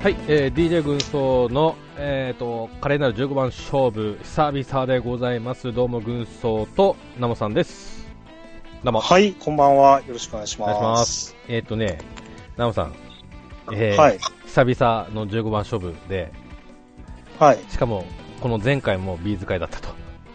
はい、DJ 軍曹の、華麗なる15番勝負、久々でございます。どうも軍曹とナモさんです。どうも。 はい、こんばんは。よろしくお願いします。 お願いします。ナモさん、 はい、 久々の15番勝負で、 はい。 しかも、この前回もビーズ会だった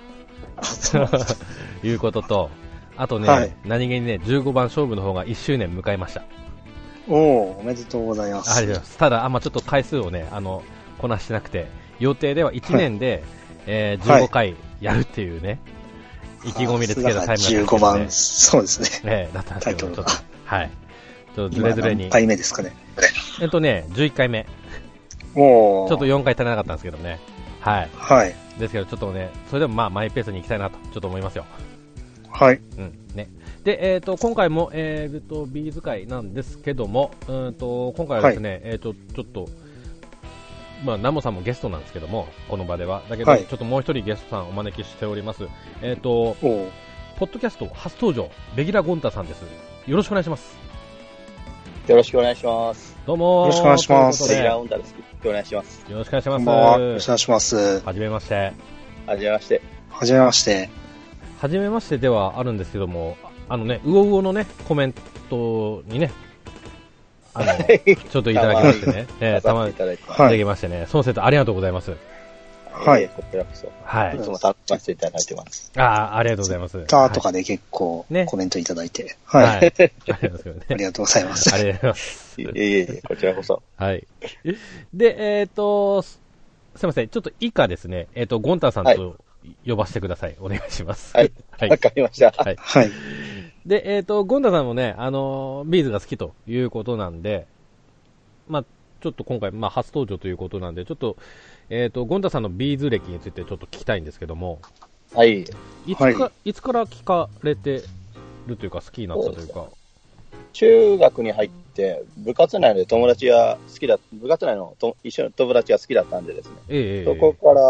と。いうことと、あとね、はい、何気にね、15番勝負の方が1周年迎えました。 おめでとうございます。 ありがとうございます。ただ、ちょっと回数をね、こなしてなくて、予定では1年で、はい15回やるっていうね、意気込みでつけたタイムだったんですけど、ね。 15番、そうですね。 だったんですけど、ちょっと、はい。ちょっとずれずれに。 何回目ですかね。 11回目。ちょっと4回足りなかったんですけどね。はい。 はい。 ですけど、ちょっとね、それでもマイペースに行きたいなと、ちょっと思いますよ。 はい。 うん。ね。で、今回も、ビーズ会なんですけども、今回はですね、はい、ちょっと、ナモさんもゲストなんですけども、この場では。だけど、はい、ちょっともう一人ゲストさんお招きしております。ポッドキャスト初登場、ベギラ・ゴンタさんです。よろしくお願いします。 よろしくお願いします。 どうもよろしくお願いします。 ベギラ・ゴンタです。よろしくお願いします。 よろしくお願いします。 よろしくお願いします。 はじめまして。 はじめまして。 はじめまして。 はじめましてではあるんですけども、ウオウオのね、コメントにね、ちょっといただきましてね、たまにいただきましてね、その説ありがとうございます。 はい。こちらこそ。 はい。 いつも参加していただいてます。 ありがとうございます。 とかで結構コメントいただいて。 はい。 ありがとうございます。 ありがとうございます。 いえ、こちらこそ。 はい。で、すいません、ちょっと以下ですね、ゴンタさんと呼ばせてください。お願いします。 はい。わかりました。 はい。 で、ゴンタさんもね、ビーズが好きということなんで、ちょっと今回、初登場ということなんで、ちょっと、ゴンタさんのビーズ歴についてちょっと聞きたいんですけども、 はい。 いつから聞かれてるというか、好きになったというか。 中学に入って、部活内で部活内の一緒の友達が好きだったんでですね。そこから、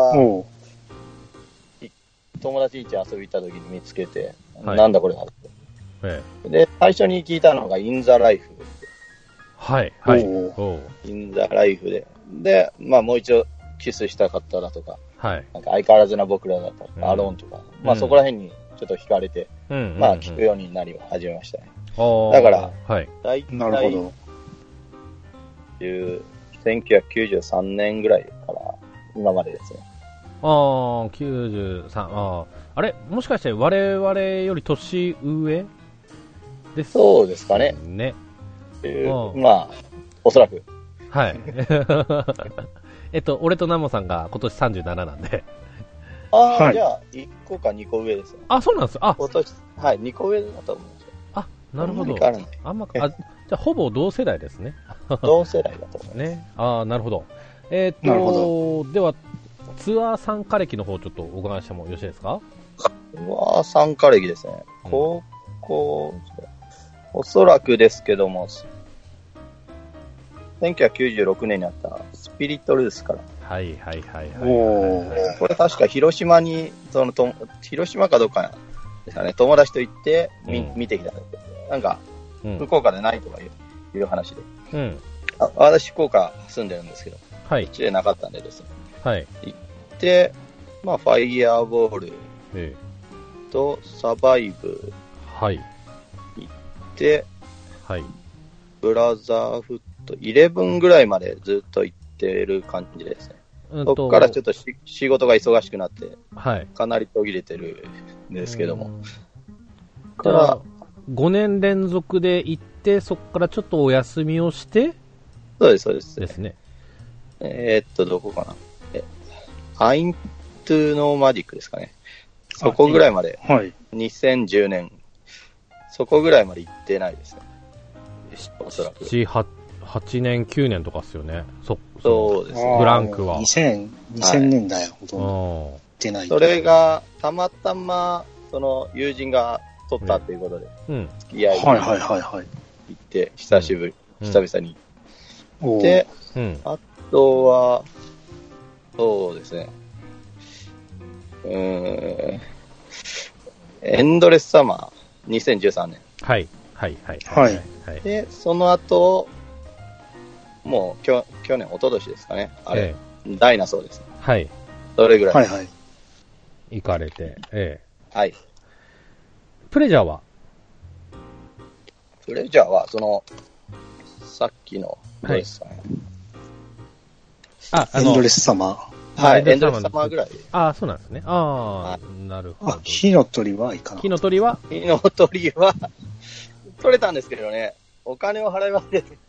友達ん家遊び行った時に見つけて、なんだこれだって。で、最初に聞いたのがインザライフ。 はい、 インザライフで。で、もう一度キスしたかったらとか、 なんか相変わらずな僕らだったとか、アローンとか、そこら辺にちょっと惹かれて、聞くようになり始めましたね。だから、大体、 なるほど。 1993年ぐらいから今までですね。 93、あれもしかして我々より年上です？ そうですかね。おそらく。 はい。俺とナモさんが今年37なんで。 じゃあ、1個か2個上ですね。 そうなんですよ。 今年、2個上だと思います。 なるほど。じゃあ、ほぼ同世代ですね。 同世代だと思います。 ね。なるほど。では、ツアー参加歴の方、ちょっとお伺いしてもよろしいですか？ ツアー参加歴ですね。高校、おそらくですけども、1996年にあったスピリットルースから。 はい。 これ確か広島に、広島かどうかですかね、友達と行って見てきたんですけど、なんか、福岡でないとかいう話で。私、福岡住んでるんですけど、うちでなかったんでですね。行って、ファイヤーボールとサバイブ行って、ブラザーフット11ぐらいまでずっと行ってる感じですね。そこからちょっと仕事が忙しくなって、かなり途切れてるんですけども。 から5年連続で行って、そこからちょっとお休みをして、 そうです。 ですね。 どこかな。アイントゥーノーマジックですかね。そこぐらいまで、2010年、そこぐらいまで行ってないですね。おそらく。 8年、9年とかっすよね。 そうですね。 ブランクは。 2000年代ほとんど行ってない。 それが、たまたま、友人が取ったということで、付き合いで行って、久々に行って、あとは、そうですね。エンドレスサマー2013年。 はい。 で、その後、 もう去年、一昨年ですかね。あれ、ダイナソーですね。 はい。 それぐらい。 はいはい。 行かれて、 はい。 プレジャーはさっきの、どうですかね。 エンドレスサマー。はい、エンドレスサマーぐらい。 ああ、そうなんですね。ああ、なるほど。 火の鳥はいかな。 火の鳥は取れたんですけどね、お金を払い忘れて。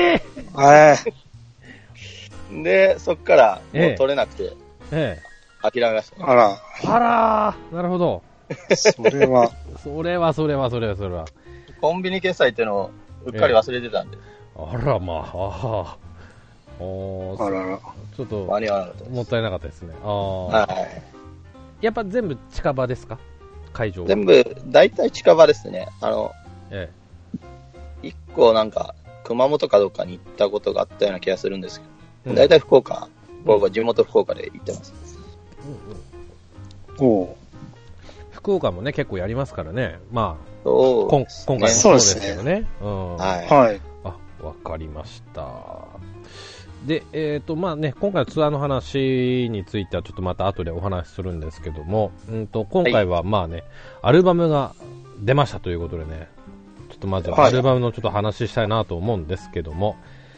で、そっからもう取れなくて、諦めました、ね。 あらー、なるほど。 それは。 コンビニ決済っていうのをうっかり忘れてたんで。 あら、まあ、 あらら。 ちょっと、 間に合わなかったです。 もったいなかったですね。 はい。 やっぱ全部近場ですか？会場は。 全部、大体近場ですね。一個なんか、熊本かどっかに行ったことがあったような気がするんですけど、大体福岡、地元福岡で行ってます。 福岡もね、結構やりますからね。まあ、 今回もそうですけどね。 はい。 わかりました。で、まあね、今回のツアーの話についてはちょっとまた後でお話しするんですけども、今回はまあね、アルバムが出ましたということでね、ちょっとまずはアルバムのちょっと話したいなと思うんですけども、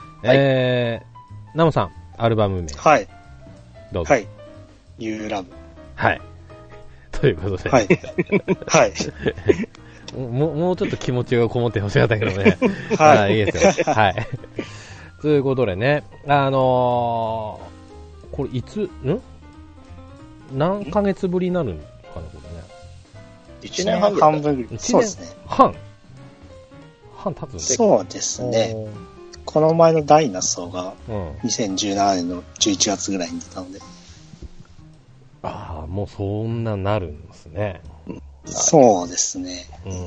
ナモさん、アルバム名。 はい。 どうぞ。 はい。You Love。 はい。ということで。 はい。はい。 もうちょっと気持ちがこもってほしかったけどね。はい。いいですよ。はい。ということでね、これいつ、何ヶ月ぶりになるんですかね、これね。 1年半ぐらい。 分ぐらい。そうですね。 半経つんですそうですね。この前のダイナソーが2017年の11月ぐらいに出たので。 ああ、もうそんななるんですね。 そうですね。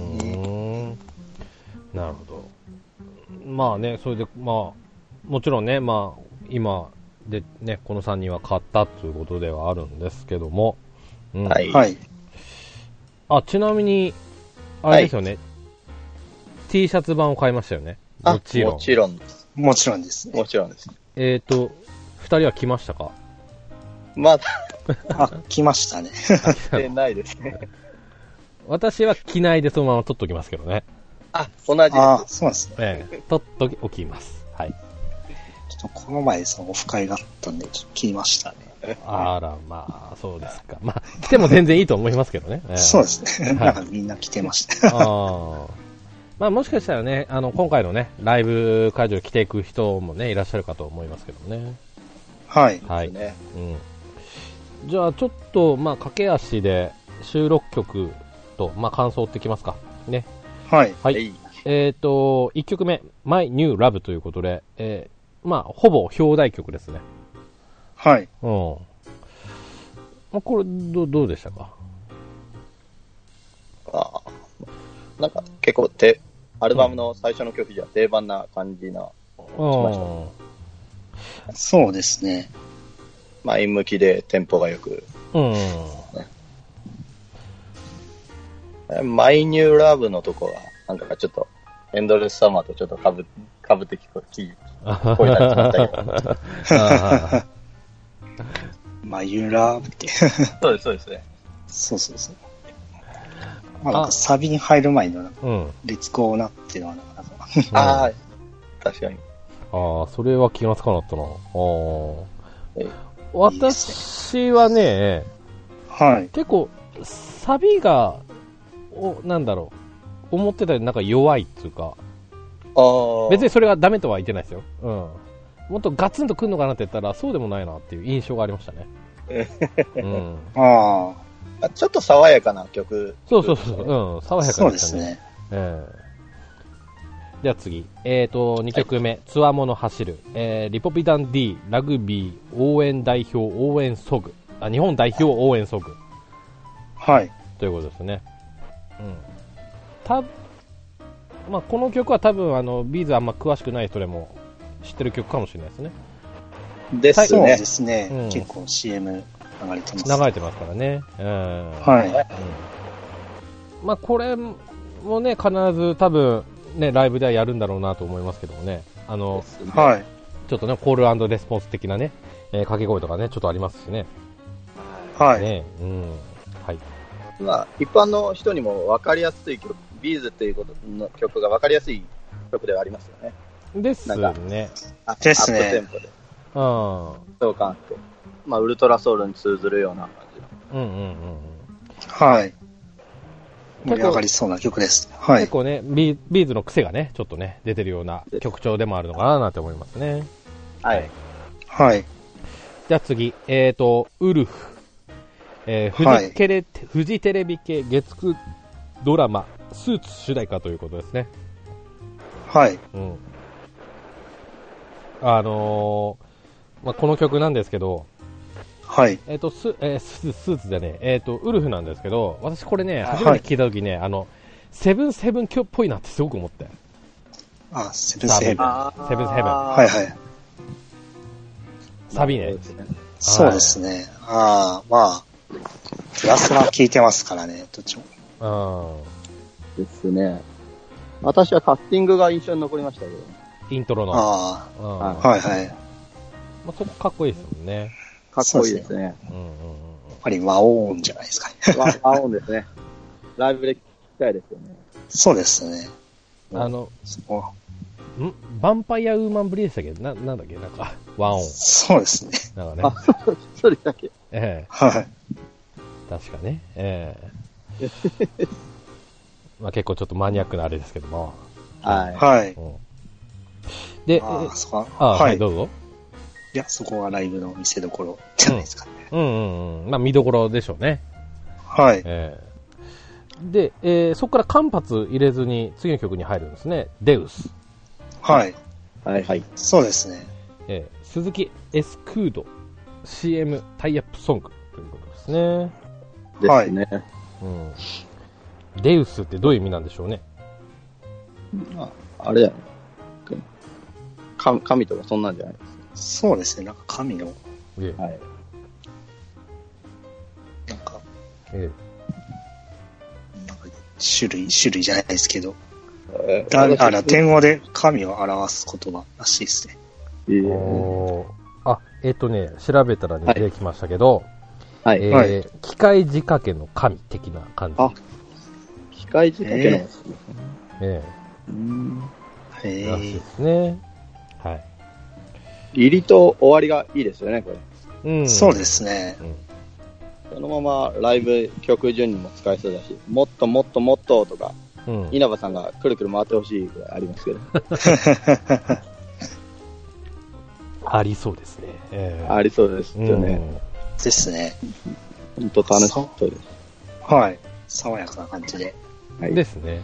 なるほど。まあね、それで、まあ、もちろんね、まあ、今でね、この3人は買ったということではあるんですけども。 はい。 ちなみに、あれですよね。T シャツ版を買いましたよね。もちろん。 もちろんです。 もちろんです。 2人は来ましたか？ まだ。 来ましたね。 来てないですね。 私は着ないでそのまま取っときますけどね。 同じです。 そうなんですね。 取っときます。はい。 ちょっとこの前そのオフ会があったんで、ちょっと切りましたね。 あら、まあ、そうですか。まあ、来ても全然いいと思いますけどね。 そうですね。なんかみんな来てました。 まあ、もしかしたらね、今回のね、ライブ会場に来ていく人もね、いらっしゃるかと思いますけどね。 はい。 はい。じゃあ、ちょっと、まあ、駆け足で収録曲と、まあ、感想を追ってきますか。ね。 はい。 はい。1曲目、My New Love ということで、まあ、ほぼ表題曲ですね。 はい。 まあ、これ、どうでしたか？ なんか、結構アルバムの最初の曲じゃ定番な感じな、しましたね。 そうですね。 前向きでテンポがよく。マイニューラブのとこは、なんかちょっと、エンドレスサマーとちょっと被って聞こえになってしまったけど。 マイニューラブって。 そうですね。 そう。まあ、なんかサビに入る前の、列行なっていうのはなかなか。 確かに。 それは気がつかなかったな。私はね、結構、サビが、なんだろう、思ってたよりなんか弱いっていうか、別にそれがダメとは言ってないですよ。もっとガツンとくるのかなって言ったら、そうでもないなっていう印象がありましたね。 ちょっと爽やかな曲。 そう、爽やかでしたね。 そうですね。 では次、2曲目、つわもの走る、リポビタン D ラグビー応援代表応援ソング、日本代表応援ソング。 はい。 ということですね。まあ、この曲は多分ビーズあんま詳しくない人でも知ってる曲かもしれないですね。 そうですね。結構 CM 流れてます。 流れてますからね。 はい。 まあ、これもね、必ず多分ね、ライブではやるんだろうなと思いますけどもね。 はい。 ちょっとね、コール&レスポンス的なね、掛け声とかね、ちょっとありますしね。 はい。 ね、うん。はい。 まあ、一般の人にも分かりやすい曲、ビーズっていうことの曲が分かりやすい曲ではありますよね。 ですね。 ですね。 アップテンポで。そうかって。まあ、ウルトラソウルに通ずるような感じ。 はい。盛り上がりそうな曲です。はい。 結構ね、ビーズの癖がね、ちょっとね、出てるような曲調でもあるのかななんて思いますね。 はい。 はい。 じゃあ次、ウルフ。フジテレビ系月9ドラマ、スーツ主題歌ということですね。 はい。 うん。まあ、この曲なんですけど、 はい。 スーツじゃねえ、ウルフなんですけど、私これね、初めて聞いたときね、セブンセブンっぽいなってすごく思って。 あ、セブンセブン。はいはい。 サビね。 そうですね。まあ、プラスは聞いてますからね、どっちも。 ですね。私はカッティングが印象に残りましたけど。 イントロの。 はいはい。 まあ、そこかっこいいですもんね。 かっこいいですね。 やっぱり和音じゃないですかね。 和音ですね。ライブで聞きたいですよね。 そうですね。 ヴァンパイアウーマンブリでしたっけなんだっけなんか、和音。 そうですね。 なんかね。それだけ。 はい。 確かね。まあ結構ちょっとマニアックなあれですけども。 はい。 で、はい、どうぞ。 いや、そこはライブの見せどころじゃないですかね。 まあ見どころでしょうね。 はい。 で、そこから間髪入れずに次の曲に入るんですね。デウス。 はい。 はいはい。 そうですね。 鈴木エスクード CM タイアップソングということですね。 ですね。 デウスってどういう意味なんでしょうね。 あれやね。神とかそんなんじゃないですか。 そうですね。なんか神の。はい。なんか、種類じゃないですけど。ラテン語で神を表す言葉らしいですね。 調べたらね、出てきましたけど、機械仕掛けの神的な感じ。 機械仕掛けの神。らしいですね。はい。 入りと終わりがいいですよね、これ。そうですね。 そのままライブ曲順にも使えそうだし、もっともっともっととか、稲葉さんがくるくる回ってほしいぐらいありますけど。 ありそうですね。 ありそうですよね。 ですね。 本当楽しそうです。 はい。爽やかな感じで。 ですね。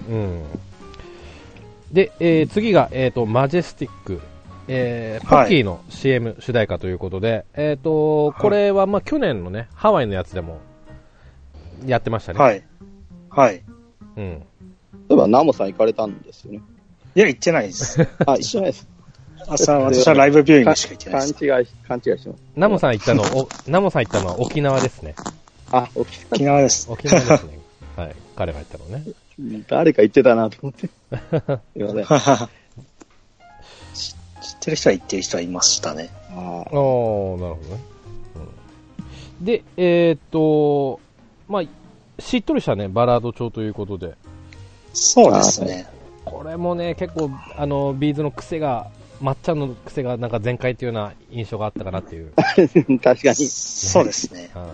で、次が、マジェスティック。ポッキーの CM 主題歌ということで、これはまあ去年のね、ハワイのやつでもやってましたね。 はい。はい。 例えば、ナモさん行かれたんですよね。 いや、行ってないです。 一緒ないです。 私はライブビューイングしか行ってないです。 勘違いしてます。 ナモさん行ったのは沖縄ですね。 沖縄です。 沖縄ですね。はい。彼が行ったのね。 誰か言ってたなと思って。すいません。 知ってる人は言ってる人はいましたね。 なるほどね。で、まあ、しっとりしたね、バラード調ということで。 そうですね。 これもね、結構、ビーズの癖が、まっちゃんの癖がなんか全開というような印象があったかなっていう。 確かに。 そうですね。こ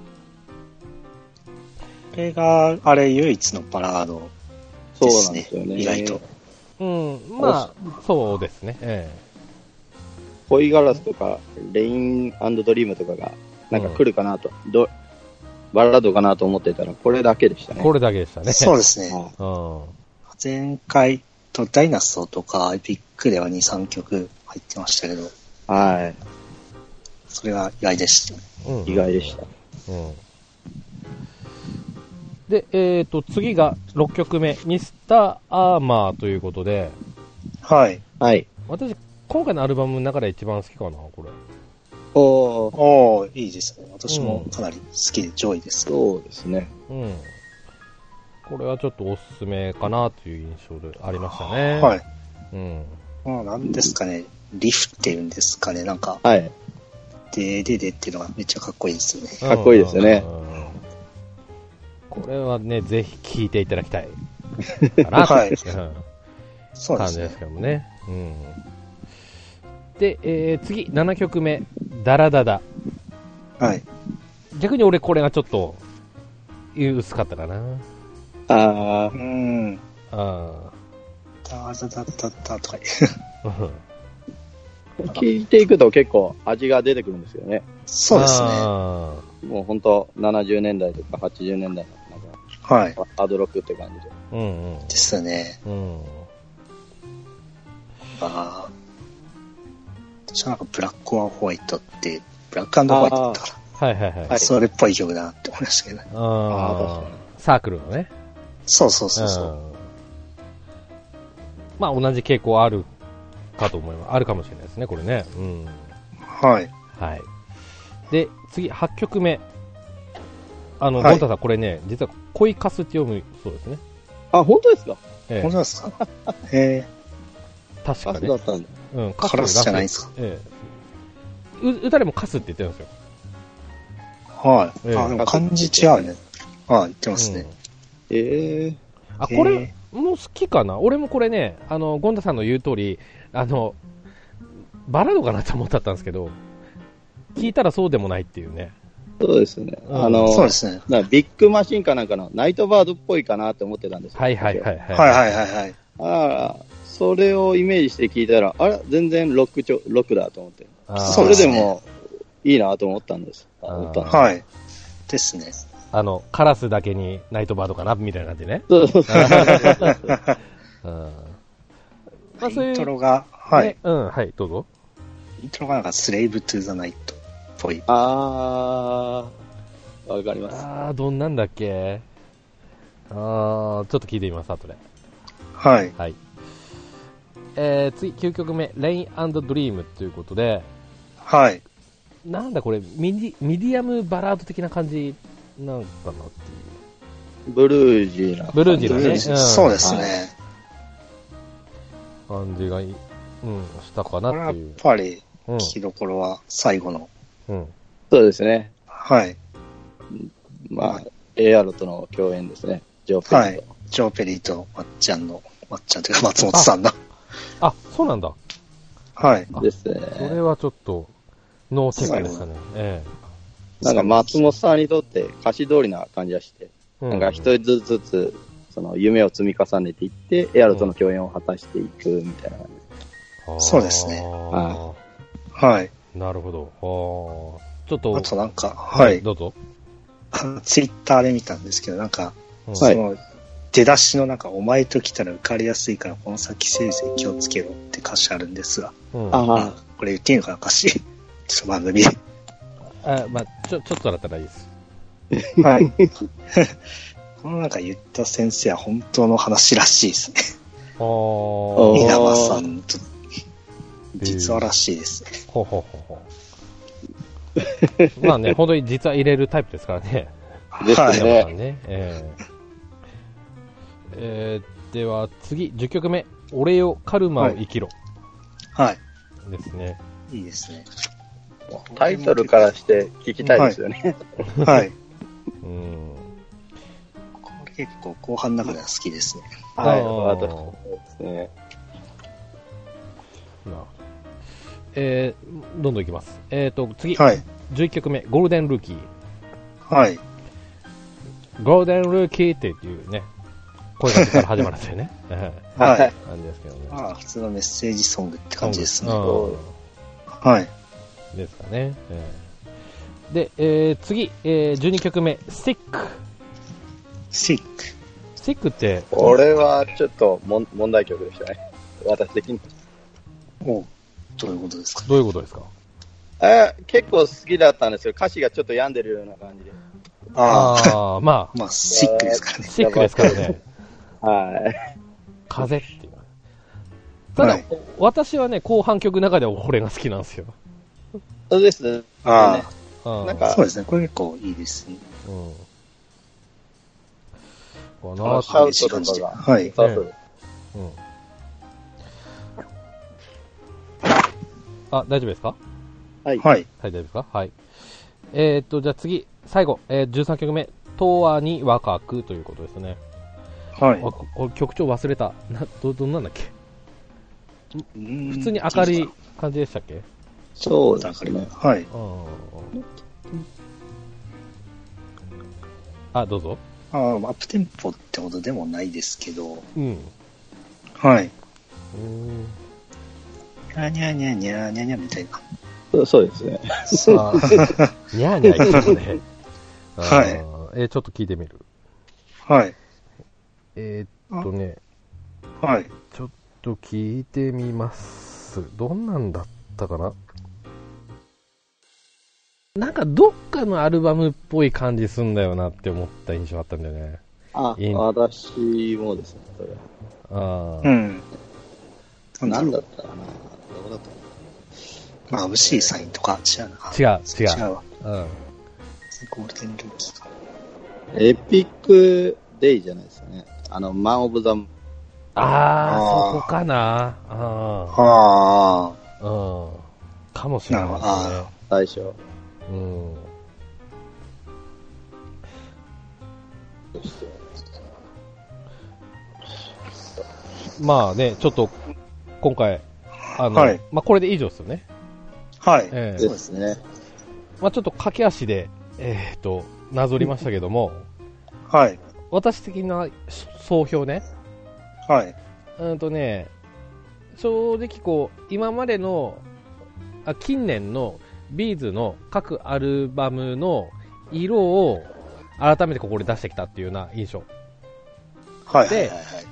れが、あれ、唯一のバラードですね。そうなんですよね。意外と。 まあ、そうですね。 恋ガラスとか、レイン&ドリームとかが、なんか来るかなと、バラードかなと思ってたら、これだけでしたね。 これだけでしたね。 そうですね。前回とダイナソーとかエピックでは2、3曲入ってましたけど。 はい。 それが意外でした。 意外でした。 で、次が6曲目、ミスター・アーマーということで。 はい。 はい。 私、今回のアルバムの中で一番好きかな、これ。 おー、いいですね。私もかなり好きで上位です。 そうですね。 これはちょっとおすすめかなという印象でありましたね。 はい。まあ、なんですかね。 リフっていうんですかね、なんか、 はい。 でっていうのがめっちゃかっこいいですよね。 かっこいいですよね。 これはね、ぜひ聴いていただきたい。かなはい。 そうですね。感じですけどもね。うん。で、次、7曲目、ダラダダ。 はい。 逆に俺これがちょっと、薄かったかな。 ああ。 ダダダダダとか聞いていくと結構味が出てくるんですよね。 そうですね。 もう本当70年代とか80年代のなんか、ハードロックって感じで。 ですね。私はなんかブラック&ホワイトって、ブラック&ホワイトだったから。はい。それっぽい曲だなって思いましたけどね。 確かに。サークルのね。 そう。 まあ同じ傾向あるかと思います。あるかもしれないですね、これね。 はい。 で、次、8曲目。ゴンタさん、これね、実は恋カスって読むそうですね。 あ、本当ですか？ 本当ですか？ 確かね。 カスだったんだ。 カラスじゃないですか。 歌でもカスって言ってるんですよ。 はい。でも漢字違うね。言ってますね。 これも好きかな。俺もこれね、ゴンタさんの言う通り、バラードかなと思ったんですけど、聞いたらそうでもないっていうね。 そうですね。 そうですね。 ビッグマシンかなんかのナイトバードっぽいかなって思ってたんですよ。 はい。 それをイメージして聞いたら、全然ロックだと思って。それでもいいなと思ったんです。 はい。ですね。 カラスだけにナイトバードかなみたいな感じね。 イントロが、はい。 はい、どうぞ。 イントロがなんかスレイブトゥザナイトっぽい。 わかります。 どんなんだっけ。ちょっと聞いてみます、後で。 はい。 次、9曲目、レイン&ドリームということで、 はい。 なんだこれ、ミディアムバラード的な感じなんかなっていう。 ブルージーな。 ブルージーなね。 そうですね。 感じがしたかなっていう。 やっぱり、聞きどころは最後の。 そうですね。 はい。 まあ、AR との共演ですね。ジョー・ペリーと。はい。 ジョー・ペリーとまっちゃんというか松本さんの。 そうなんだ。 はい。 ですね。 それはちょっと、ノーチェックでしたね。 なんか松本さんにとって歌詞通りな感じがして、なんか一人ずつ、その夢を積み重ねていって、エアロとの共演を果たしていくみたいな感じ。そうですね。はい。 なるほど。ちょっと。 あとなんか、はい。 どうぞ。 ツイッターで見たんですけど、なんか、その、出だしのなんか、お前と来たら受かりやすいから、この先せいぜい気をつけろって歌詞あるんですが。これ言っていいのかな、歌詞。ちょっと番組。 まあ、ちょっとだったらいいです。 はい。このなんか言った先生は本当の話らしいですね。稲葉さんと、実話らしいですね。 まあね、本当に実は入れるタイプですからね。 ですね。 では次、10曲目。俺よ、カルマを生きろ。 はい。 ですね。 いいですね。 タイトルからして聞きたいですよね。 はい。これ結構後半の中では好きですね。 はい。そうですね。 どんどんいきます。次、 はい、 11曲目、ゴールデンルーキー。 はい。 ゴールデンルーキーっていうね、声がから始まるんですよね。 はい。 感じですけどね。 普通のメッセージソングって感じですね。 はい。ですかね。で、次、12曲目、Sick。Sick って、 これはちょっと問題曲でしたね。私的に。 どういうことですか？ どういうことですか？ 結構好きだったんですけど、歌詞がちょっと病んでるような感じで。 まあ、 シックですからね。 シックですからね。 はい。 風っていう。ただ、私はね、後半曲の中ではこれが好きなんですよ。 そうですね。 なんかそうですね。これ結構いいですね。 シャウトとかが。 はい。 あ、大丈夫ですか？ はい。はい。 大丈夫ですか？はい。じゃあ次、最後、13曲目、とわに若くということですね。 はい。 これ曲調忘れた。どんなんだっけ？普通に明るい感じでしたっけ？ そうですね。 はい。 あ、どうぞ。 アップテンポってことでもないですけど。 うん。 はい。にゃーにゃーにゃーにゃーにゃーにゃーみたいな。 そうですね。 にゃーにゃー言ってたね。 はい。 ちょっと聞いてみる。 はい。 はい。ちょっと聞いてみます。どんなんだったかな？なんかどっかのアルバムっぽい感じすんだよなって思った印象あったんだよね。 私もですね、それ。 うん。 なんだったかな？どうだったかな？眩しいサインとか違うな。 違うわ。 ゴールデンルーキーか。 エピックデイじゃないですかね。マン・オブ・ザ・そこかな。かもしれないですね。 最初。 まあね、ちょっと、今回、 はい。 まあこれで以上ですよね。 はい。 そうですね。 まあちょっと駆け足で、なぞりましたけども、 はい。 私的な総評ね。 はい。 正直こう、今までの、近年のビーズの各アルバムの色を改めてここで出してきたっていうような印象。 はい。 で、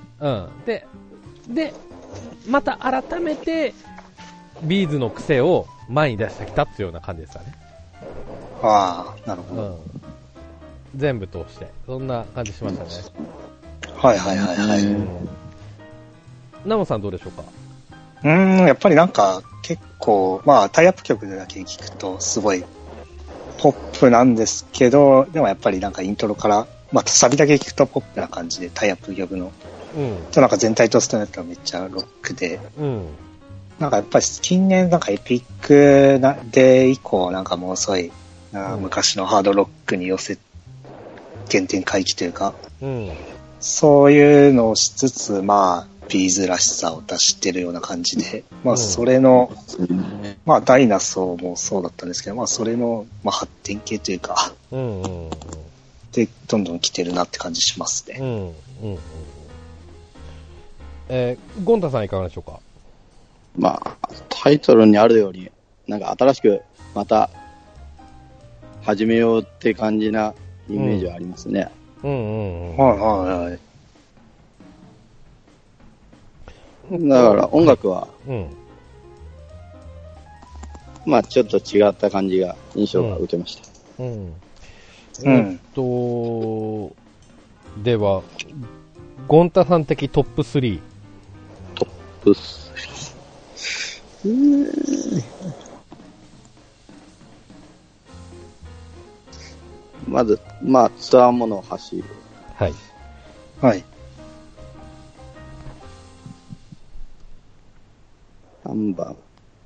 で、また改めてビーズの癖を前に出してきたっていうような感じですかね。 なるほど。 全部通して。そんな感じしましたね。 はいはいはいはい。 ナモさんどうでしょうか？ やっぱりなんか結構、まあタイアップ曲だけ聞くとすごいポップなんですけど、でもやっぱりなんかイントロから、まあサビだけ聞くとポップな感じでタイアップ曲の。となんか全体としてのやつはめっちゃロックで。なんかやっぱり近年なんかエピックで以降なんかもう遅い、昔のハードロックに寄せ、原点回帰というか、そういうのをしつつ、まあ、ビーズらしさを出してるような感じで、まあ、それの、まあ、ダイナソーもそうだったんですけど、まあ、それの、まあ、発展系というか、で、どんどん来てるなって感じしますね。 ゴンタさんいかがでしょうか？ まあ、タイトルにあるように、なんか新しくまた始めようって感じなイメージはありますね。 はい。 だから音楽は、まあちょっと違った感じが、印象が受けました。 では、ゴンタさん的トップ3。 トップ3。まず、まあ、つわもの走る。 はい。 はい。 3番。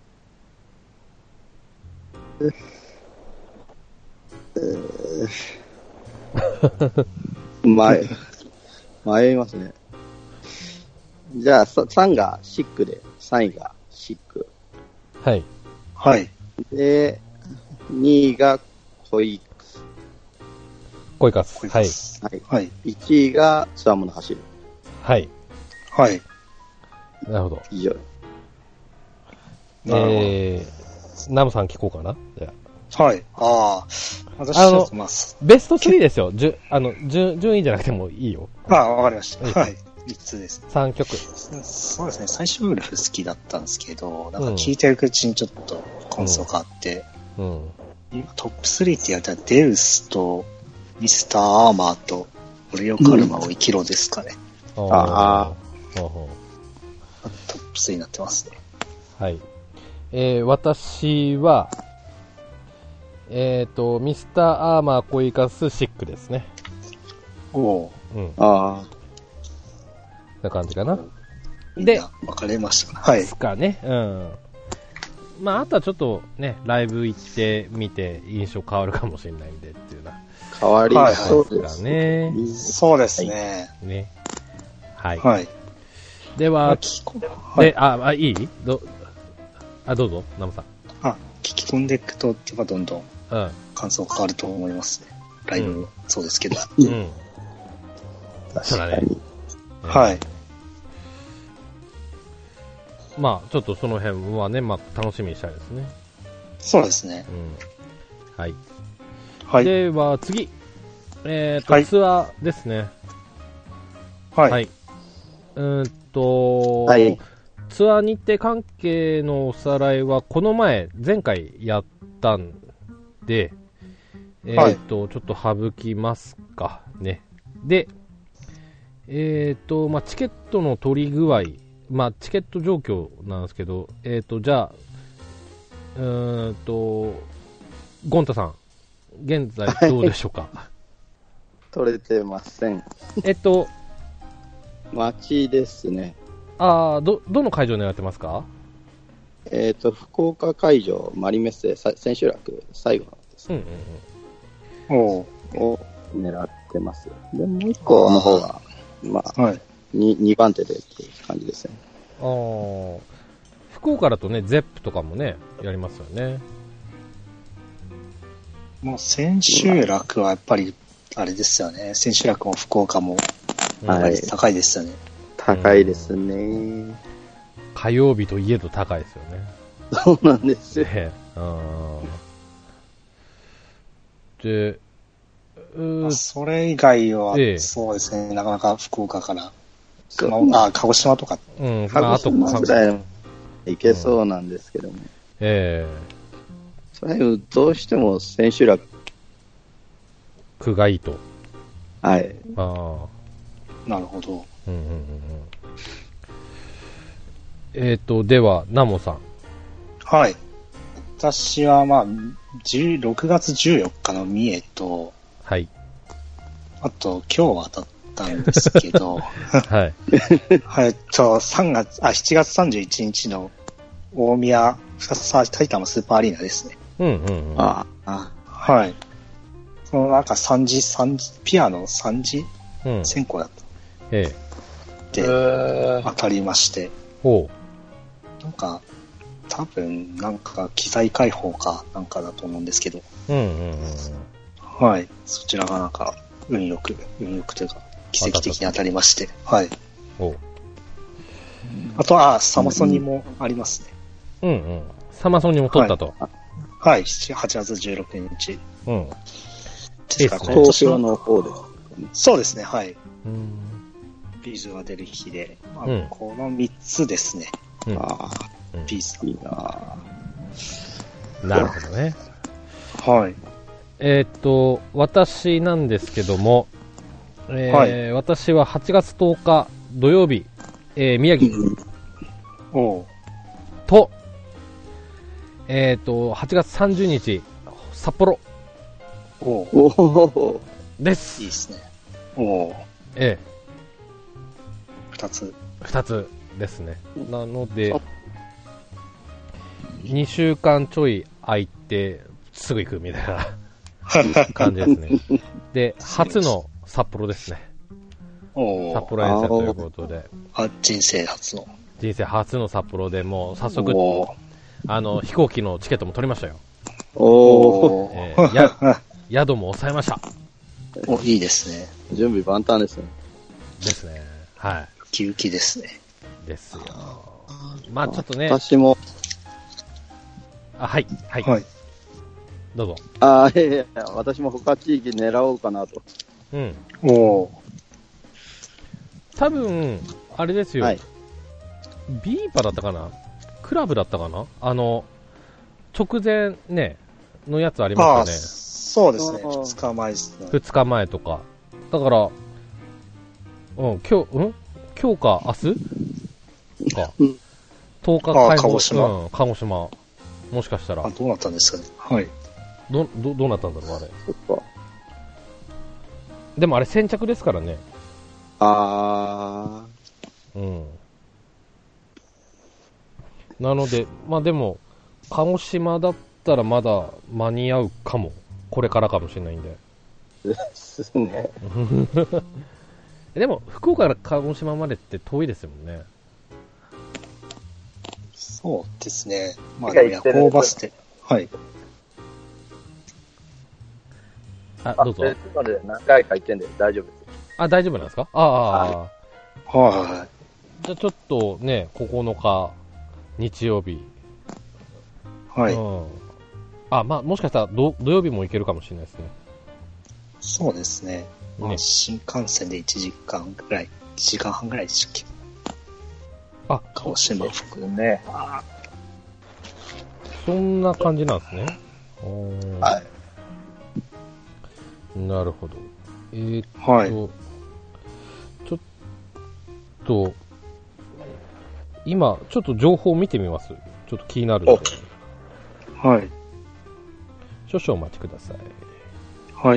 迷いますね。じゃあ、3がシックで、3位がシック。 はい。 はい。 で、2位が恋カス。はい。 はい。 1位がつわもの走る。 はい。 はい。 なるほど。 以上。 ナムさん聞こうかな。じゃあ。はい。私はベスト3ですよ。順位じゃなくてもいいよ。 わかりました。はい。3つです。 3曲。 そうですね。最初ウルフ好きだったんですけど、なんか聴いてるうちにちょっと根相変わって、今トップ3って言われたらデウスとミスターアーマーとオリオカルマを生きろですかね。 トップ3になってますね。 はい。私は、ミスターアーマー恋カスシックですね。 な感じかな。 で、分かれましたね。はい。 ですかね。 まあ、あとはちょっとね、ライブ行ってみて印象変わるかもしれないんでっていうな。 変わりそうですね。 そうですね。 ね。はい。 はい。 では、いいどうぞ、ナムさん。 聞き込んでいくと、どんどん感想変わると思いますね。ライブもそうですけど。 うん。確かに。 はい。 まあ、ちょっとその辺はね、まあ、楽しみにしたいですね。 そうですね。 うん。はい。 はい。 では、次。ツアーですね。 はい。 はい。 はい。 ツアー日程関係のおさらいは、この前回やったんで、 はい、 ちょっと省きますかね。で、まあ、チケットの取り具合、まあ、チケット状況なんですけど、じゃあ、ゴンタさん、現在どうでしょうか。 取れてません。待ちですね。 どの会場を狙ってますか？ 福岡会場、マリメッセ、千秋楽、最後です。を狙ってます。で、もう一個の方が、まあ、はい、2番手でっていう感じですね。 福岡だとね、ゼップとかもね、やりますよね。 もう千秋楽はやっぱり、あれですよね。千秋楽も福岡も、高いですよね。 高いですね。 火曜日といえど高いですよね。 そうなんですよ。 で、 それ以外は、そうですね、なかなか福岡から、鹿児島とか。 鹿児島ぐらい行けそうなんですけども。それどうしても千秋楽。 区がいいと。 はい。 なるほど。 では、ナモさん。 はい。私は、まあ、6月14日の三重と、 はい。 あと、今日は当たったんですけど、 はい。 7月31日の大宮、埼玉スーパーアリーナですね。はい。そのなんかピアノ3次選考だった。で、当たりまして。なんか、多分、なんか、機材開放かなんかだと思うんですけど。はい。そちらがなんか、運よくというか、奇跡的に当たりまして。はい。あとは、サマソニもありますね。サマソニも取ったと。 はい。8月16日。 ですから、東京の方です。 そうですね、はい。ビーズが出る日で、この3つですね。ビーズいいなるほどね。 はい。 私なんですけども、私は8月10日土曜日、宮城と、8月30日札幌です。 いいですね。2 つですね。なので、2週間ちょい空いてすぐ行くみたいな感じですね。で、初の札幌ですね。札幌遠征ということで。 人生初の札幌でもう早速、飛行機のチケットも取りましたよ。宿も抑えました。 いいですね。 準備万端ですね。 ですね。はい。 ウキウキですね。 ですよ。まあちょっとね。 私も。 はい。どうぞ。 私も他地域狙おうかなと。 多分、あれですよ。ビーパだったかな？クラブだったかな？直前ね、のやつありましたね。 そうですね。2日前ですね。 2日前とか。だから、今日か明日か。10日鹿児島。 鹿児島。もしかしたら。 どうなったんですかね。はい。 どうなったんだろう、あれ。でもあれ先着ですからね。なので、まあでも、 鹿児島だったらまだ間に合うかも。これからかもしれないんで。 ですね。 でも、福岡から鹿児島までって遠いですもんね。 そうですね。まあ、夜行バスで。はい。 あ、どうぞ。 何回か行ってんで大丈夫です。 あ、大丈夫なんですか？ はい。 じゃあちょっとね、9日、日曜日。 はい。 あ、まあ、もしかしたら土曜日も行けるかもしれないですね。 そうですね。まあ、新幹線で1時間ぐらい、1時間半ぐらいでしたっけ。 あ、 鹿児島福ね。 そんな感じなんですね。 はい。 なるほど。 はい。 ちょっと、今、ちょっと情報を見てみます。ちょっと気になるので。 はい。 少々お待ちください。 はい。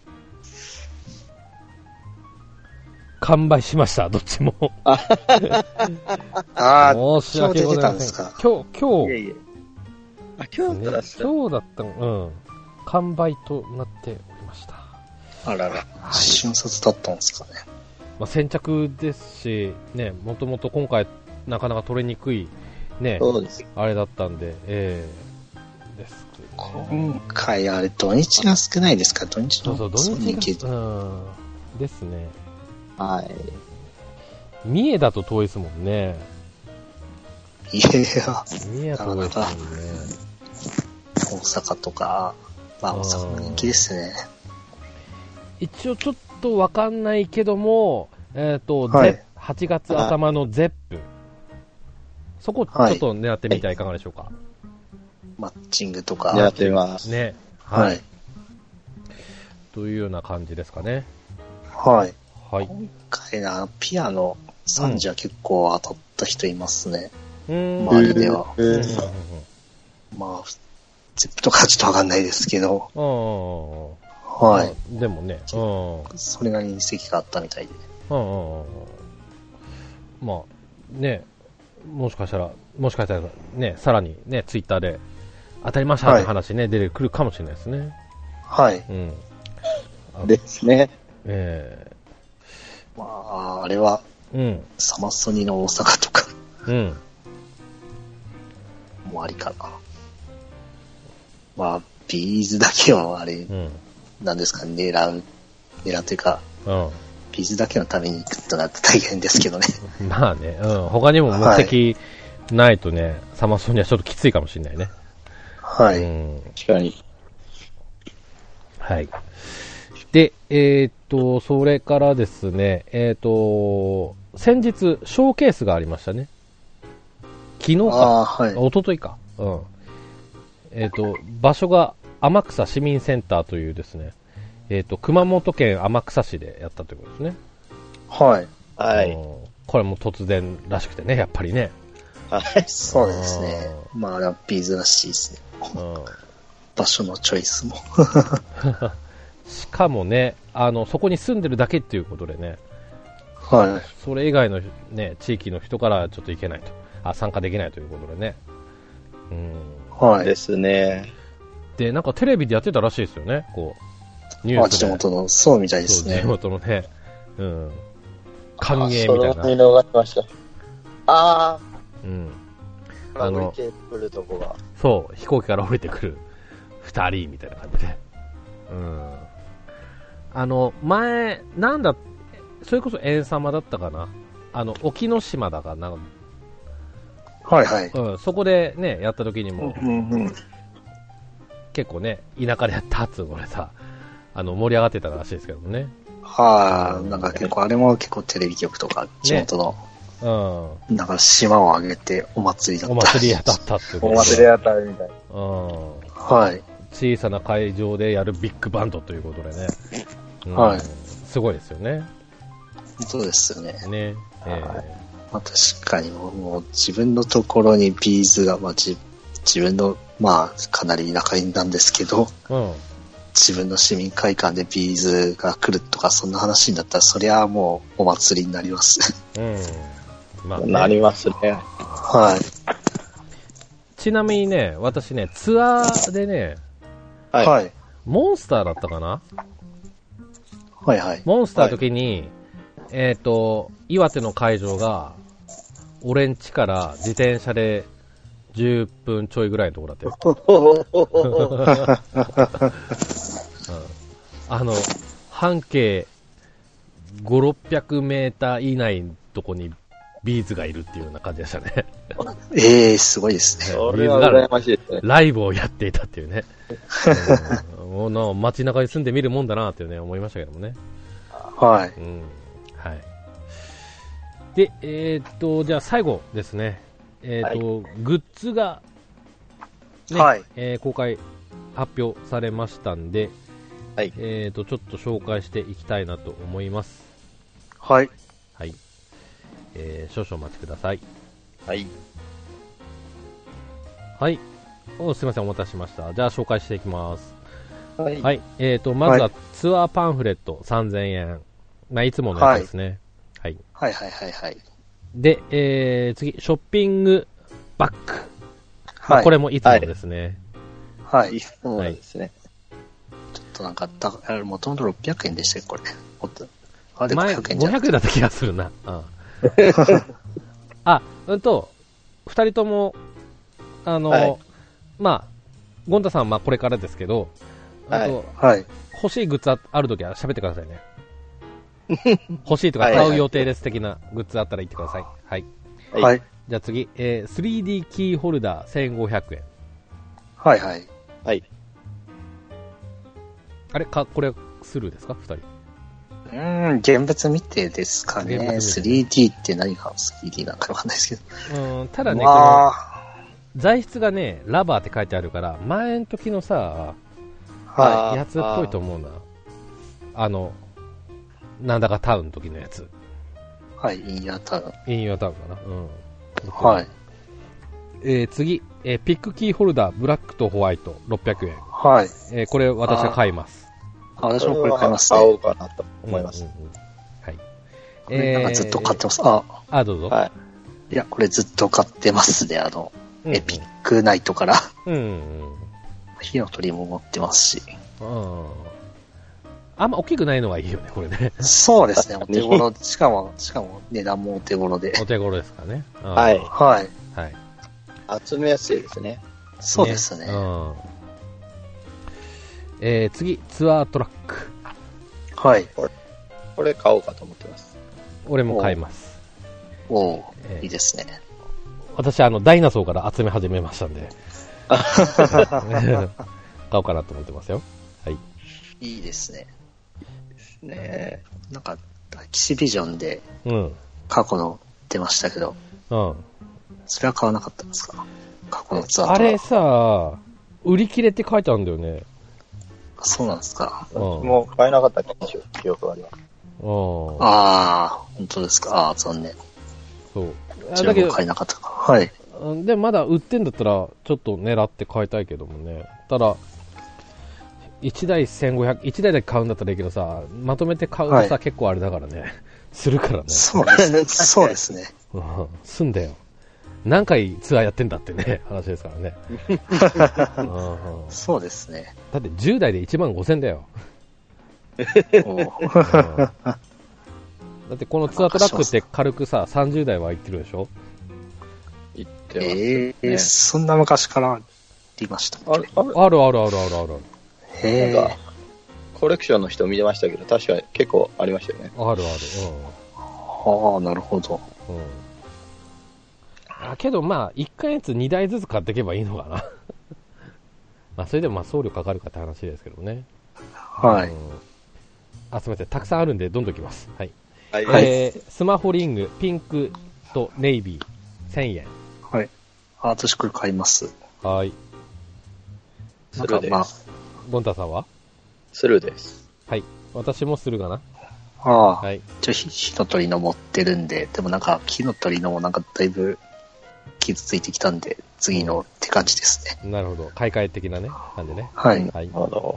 完売しました、どっちも。申し訳ございません。今日。 いえ。あ、今日だった。 今日だった完売となっておりました。 あらら。瞬殺だったんですかね。 まあ、先着ですし、ね、もともと今回なかなか取れにくい、ね、 そうですあれだったんで、です、 今回あれ土日が少ないですか？土日のそう土日が、ですね。 はい。 三重だと遠いですもんね。 いや、 三重は遠いですもんね。 大阪とか、まあ大阪も人気ですね。 一応ちょっとわかんないけども、 はい、 8月頭のゼップ。そこちょっと狙ってみてはいかがでしょうか。 マッチングとか。 やってみます。 ね。はい。というような感じですかね。 はい。 はい。 今回ピアノ30は結構当たった人いますね。周りでは。まあ、ゼップとかちょっとわかんないですけど。はい。 でもね、 それなりに席があったみたいで。 まあ、ね、もしかしたらね、さらにね、ツイッターで当たりましたって話ね、出てくるかもしれないですね。 はい。 ですね。 まあ、あれは、サマソニの大阪とか、もありかな。まあ、ビーズだけはあれ、なんですか、狙うというか、ビーズだけのために行くとなって大変ですけどね。 まあね、他にも目的ないとね、サマソニはちょっときついかもしれないね。 はい。 確かに。 はい。で、それからですね、先日、ショーケースがありましたね。昨日か、一昨日か。場所が天草市民センターというですね、熊本県天草市でやったということですね。 はい。はい。 これも突然らしくてね、やっぱりね。 はい。そうですね。まあ、ラッピーズらしいですね。場所のチョイスも。 しかもね、そこに住んでるだけっていうことでね。 はい。 それ以外のね、地域の人からちょっと行けないと。参加できないということでね。 はい。 ですね。 で、なんかテレビでやってたらしいですよね、こう。ニュースで。 地元の、そうみたいですね。 地元のね、歓迎みたいな。 それ見逃しました。降りてくるとこが。 そう、飛行機から降りてくる二人みたいな感じで。前、なんだ、それこそ縁様だったかな。沖ノ島だかな。 はいはい。 そこでね、やった時にも、結構ね、田舎でやったっつうのでさ、盛り上がってたらしいですけどもね。 なんか結構、あれも結構テレビ局とか、地元の、なんか島を挙げてお祭りだった。 お祭りやったっていう。 お祭りやったみたいな。 はい。 小さな会場でやるビッグバンドということでね。 はい。 すごいですよね。 そうですよね。 ね。 まあ、確かにもう自分のところにビーズが、まあ、自分の、まあ、かなり田舎なんですけど、自分の市民会館でビーズが来るとか、そんな話になったら、そりゃもうお祭りになります。 まあ、なりますね。 はい。 ちなみにね、私ね、ツアーでね、 はい。 モンスターだったかな？ はいはい。 モンスターの時に、岩手の会場が、俺ん家から自転車で10分ちょいぐらいのところだったよ。半径5、600メーター以内のとこにビーズがいるっていうような感じでしたね。 すごいですね。 それは羨ましいですね。 ライブをやっていたっていうね。もう街中に住んでみるもんだなっていうね、思いましたけどもね。 はい。 うん。はい。で、じゃあ最後ですね。グッズが、ね、 はい。 公開発表されましたんで、 はい。 ちょっと紹介していきたいなと思います。 はい。 はい。少々お待ちください。 はい。 はい。すいません、お待たせしました。じゃあ紹介していきます。 はい。 はい。まずはツアーパンフレット3000円。まあ、いつものやつですね。はい。 はいはいはいはい。 で、次、ショッピングバッグ。 はい。 まあ、これもいつもですね。 はい。 そうですね。 ちょっとなんか、もともと600円でしたよ、これ。 前、500円だった気がするな。二人とも、まあ、ゴンタさんはまあこれからですけど、 はい。 欲しいグッズあるときは喋ってくださいね。欲しいとか買う予定です的なグッズあったら言ってください。はい。 はい。 じゃあ次、3D キーホルダー1500円。 はいはい。 はい。 あれこれスルーですか二人。 現物見てですかね。3D って何が 3D なんかわかんないですけど。 ただね、この、材質がね、ラバーって書いてあるから、前の時のさ、やつっぽいと思うな。なんだかタウンの時のやつ。 はい、インヤータウン。 インヤータウンかな。 はい。 次、ピックキーホルダー、ブラックとホワイト、600円。 はい。 これ私は買います。 私もこれ買いますね。 買おうかなと思います。 はい。 これなんかずっと買ってます。 どうぞ。 はい。いや、これずっと買ってますね。エピックナイトから。火の鳥も持ってますし。 あんま大きくないのがいいよね、これね。 そうですね、お手頃。しかも値段もお手頃で。 お手頃ですかね。 はい。 はい。 はい。 集めやすいですね。 そうですね。 次、ツアートラック。 はい。 これ買おうかと思ってます。 俺も買います。 いいですね。 私、ダイナソーから集め始めましたんで。買おうかなと思ってますよ。はい。 いいですね。なんか、エキシビジョンで、過去の出ましたけど、それは買わなかったんですか？過去のツアー。 あれさ、売り切れって書いてあるんだよね。 そうなんですか。 もう買えなかった記憶があります。 本当ですか。残念。 そう。 だけど買えなかったか。はい。 で、まだ売ってんだったら、ちょっと狙って買いたいけどもね。ただ、1台1500、1台だけ買うんだったらいいけどさ、まとめて買うとさ、結構あれだからね。するからね。 そうですね。 すんだよ。何回ツアーやってんだってね、話ですからね。 そうですね。 だって10台で15000だよ。だってこのツアートラックって軽くさ、30台は行ってるでしょ？ 行ってます、 そんな昔からありました。 ある。 なんか、コレクションの人見てましたけど、確かに結構ありましたよね。 ある。 なるほど。 けどまあ、1回やつ2台ずつ買っていけばいいのかな。まあ、それでもまあ送料かかるかって話ですけどね。 はい。 すみません。たくさんあるんで、どんどんいきます。はい。スマホリング、ピンクとネイビー、1000円。 はい。私これ買います。 はい。 スルーです。 ゴンタさんは？ スルーです。 はい。私もスルーかな。 はい。火の鳥の持ってるんで、でもなんか、火の鳥のもなんかだいぶ傷ついてきたんで、次のって感じですね。 なるほど。買い替え的なね、感じね。 はい。 はい。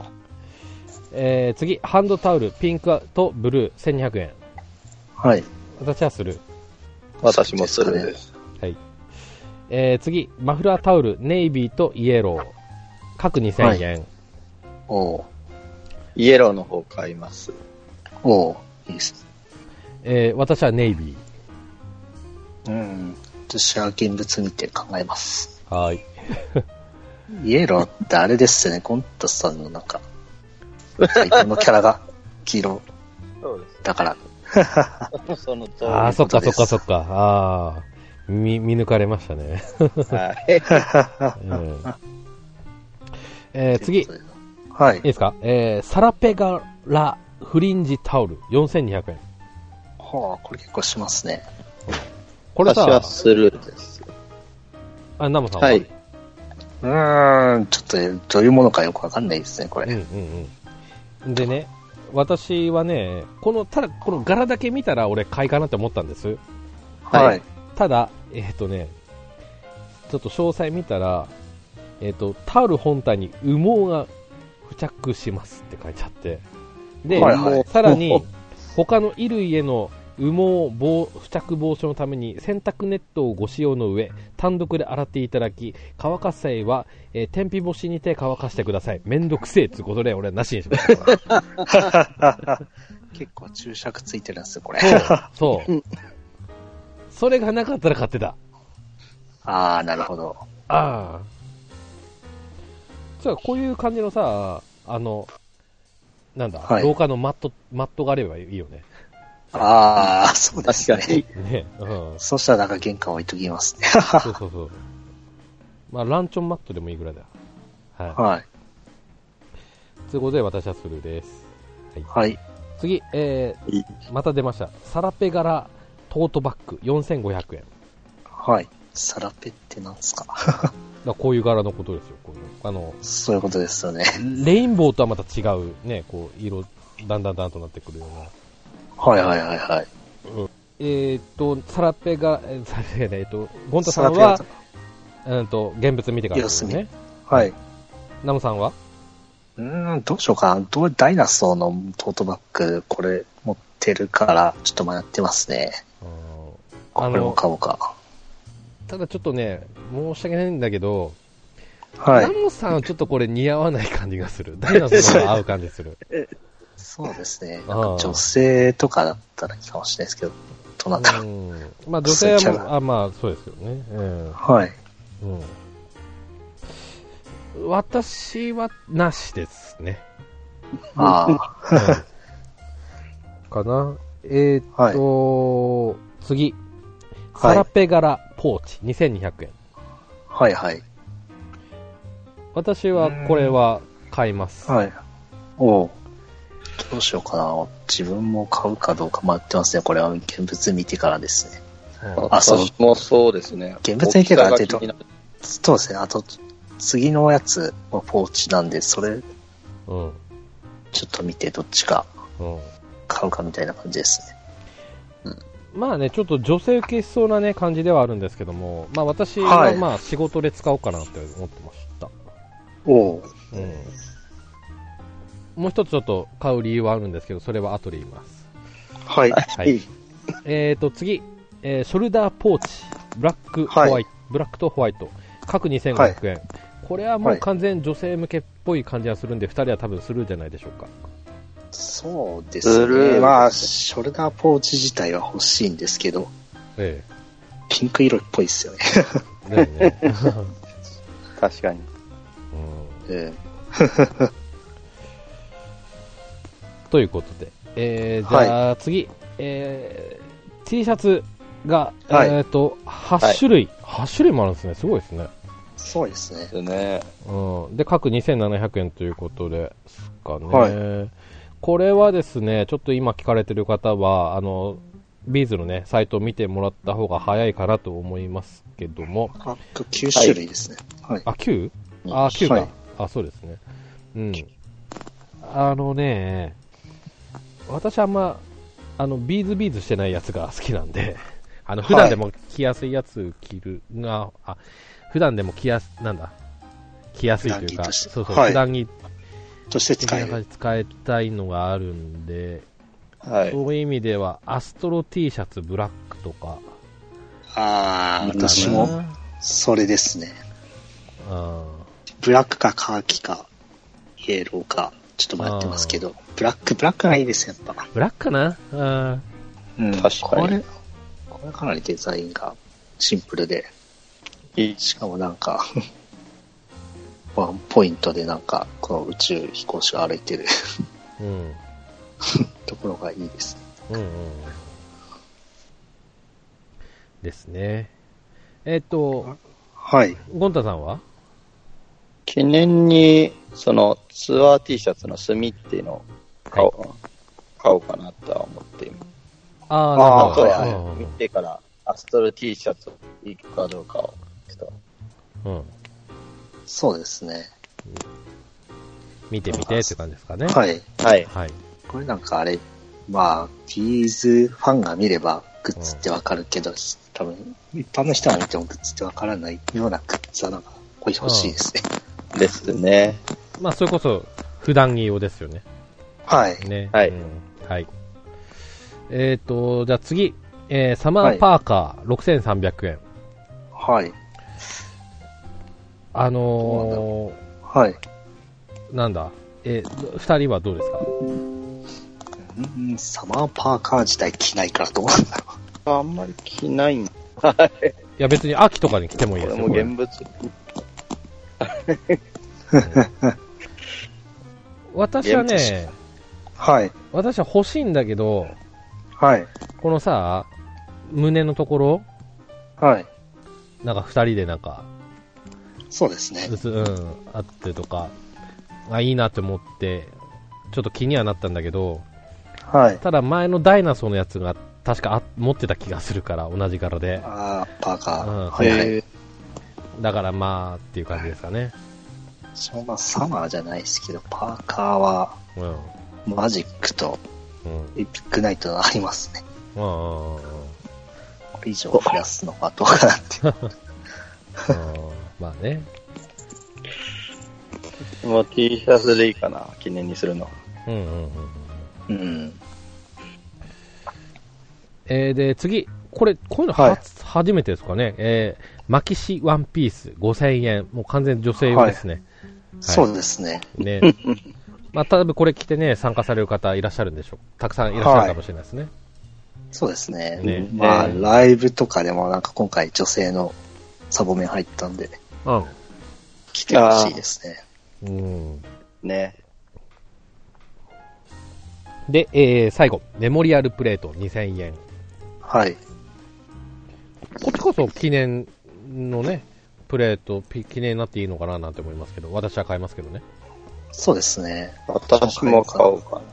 次、ハンドタオル、ピンクとブルー、1200円。 はい。 私はスルー。 私もスルーです。 はい。 次、マフラータオル、ネイビーとイエロー。各2000円。はい、 おイエローの方買います。 いいです。 私はネイビー。私は現物見て考えます。 はい。 イエローってあれですね、コントさんのなんか、最高のキャラが黄色。 そうです。 だから。 その通り。 ああ、そっか。ああ、見抜かれましたね。はい。次。 はい。 いいですか？サラペガラフリンジタオル、4200円。 はあ、これ結構しますね。 これさ、私はスルーです。 ナムさんは？ はい。ちょっとどういうものかよくわかんないですね、これ。 でね、私はね、ただこの柄だけ見たら俺買いかなって思ったんです。 はい。 ただ、ちょっと詳細見たら、タオル本体に羽毛が付着しますって書いてあって、で、さらに他の衣類への羽毛付着防止のために洗濯ネットをご使用の上、単独で洗っていただき、乾かす際は、天日干しにて乾かしてください。めんどくせえということで俺はなしにしました。 結構注釈ついてるんですよ、これ。 そう。それがなかったら買ってた。 ああ、なるほど。 ああ。じゃあこういう感じのさ、なんだ、はい、廊下のマットがあればいいよね。 ああ、そうですね。 ね、 そしたらなんか玄関置いときますね。 そう。まあ、ランチョンマットでもいいぐらいだ。 はい。 ということで私はスルーです。 はい。 次、また出ました。サラペ柄トートバッグ、4500円。 はい。サラペってなんですか？ こういう柄のことですよ。 そういうことですよね。 レインボーとはまた違うね、こう、色、だんだんとなってくるような。 はい。 サラペが、ゴンタさんは、現物見てからですね。 はい。 ナムさんは？ どうしようかな。ダイナソーのトートバッグ、これ持ってるから、ちょっと迷ってますね。これも買おうか。 ただちょっとね、申し訳ないんだけど、 はい。 ナムさんはちょっとこれ似合わない感じがする。ダイナソーが合う感じする。 そうですね。なんか女性とかだったらいいかもしれないですけど、どうなんだろう。 まあ女性はまあそうですけどね。 はい。 私はなしですね。 ああ。 かな。次。サラペ柄ポーチ、2200円。 はい。 私はこれは買います。 はい。どうしようかな。自分も買うかどうか迷ってますね。これは現物見てからですね。 私もそうですね。 現物見てからって言うと、そうですね。あと、次のやつはポーチなんで、それ、ちょっと見てどっちか買うかみたいな感じですね。 まあね、ちょっと女性受けしそうなね、感じではあるんですけども、まあ私はまあ仕事で使おうかなって思ってました。もう一つちょっと買う理由はあるんですけど、それは後で言います。 はい。 次、ショルダーポーチ、ブラックとホワイト、各2500円。これはもう完全女性向けっぽい感じがするんで、2人は多分スルーじゃないでしょうか。 そうですね。まあ、ショルダーポーチ自体は欲しいんですけど、ピンク色っぽいですよね。 だよね。 確かに。 ということで、じゃあ次、T シャツが、8種類、8種類もあるんですね。すごいですね。 そうですね。 で、各2700円ということですかね。これはですね、ちょっと今聞かれてる方は、ビーズのね、サイトを見てもらった方が早いかなと思いますけども。 9種類ですね。 9？ 9か。そうですね。私あんま、ビーズしてないやつが好きなんで、普段でも着やすいやつ着るが、普段でも着やすいというか、普段着として使いたいのがあるんで、そういう意味では、アストロ T シャツブラックとか。 私も、 それですね。ブラックかカーキか、イエローか、ちょっと迷ってますけど、ブラックがいいですよ、やっぱ。 ブラックかな。 確かに。 これかなりデザインがシンプルで、しかもなんか、ワンポイントでなんか、この宇宙飛行士が歩いてるところがいいですね。 ですね。 はい。 ゴンタさんは記念に、そのツアー T シャツの墨っていうのを買おうかなとは思っています。あとは見てからアストロ T シャツいくかどうかをちょっと、 そうですね。 見てみてって感じですかね。 はい。 はい。 これなんかあれ、まあ、ティーズファンが見ればグッズってわかるけど、多分、一般の人が見てもグッズってわからないようなグッズはなんか、これ欲しいですね。 ですね。 まあ、それこそ、普段着用ですよね。 はい。 ね。 はい。 はい。じゃあ次、サマーパーカー、6300円。 はい。 はい。なんだ、二人はどうですか？ サマーパーカー自体着ないからどうなんだろう。 あんまり着ないんだ。 いや別に秋とかに着てもいいですよ。 これも現物。 私はね、 はい。 私は欲しいんだけど、 はい。 このさ、胸のところ、 はい。 なんか二人でなんか、 そうですね。 あってとか、いいなって思って、ちょっと気にはなったんだけど、 はい。 ただ前のダイナソーのやつが確か持ってた気がするから、同じ柄で。 パーカー。 はい。だからまあっていう感じですかね。 まあサマーじゃないですけど、パーカーは、マジックと、エピックナイトがありますね。これ以上増やすのはどうかなって。 まあね。 もう T シャツでいいかな、記念にするの。 で、次。こういうの初めてですかね。マキシワンピース5000円。もう完全女性用ですね。 そうですね。 ね。まあ、多分これ着てね、参加される方いらっしゃるんでしょう。たくさんいらっしゃるかもしれないですね。 そうですね。まあ、ライブとかでもなんか今回女性のサボメン入ったんで、着てほしいですね。 ね。 で、最後、メモリアルプレート2000円。 はい。 こっちこそ記念のね、プレート、記念になっていいのかななんて思いますけど、私は買いますけどね。 そうですね。 私も買おうかな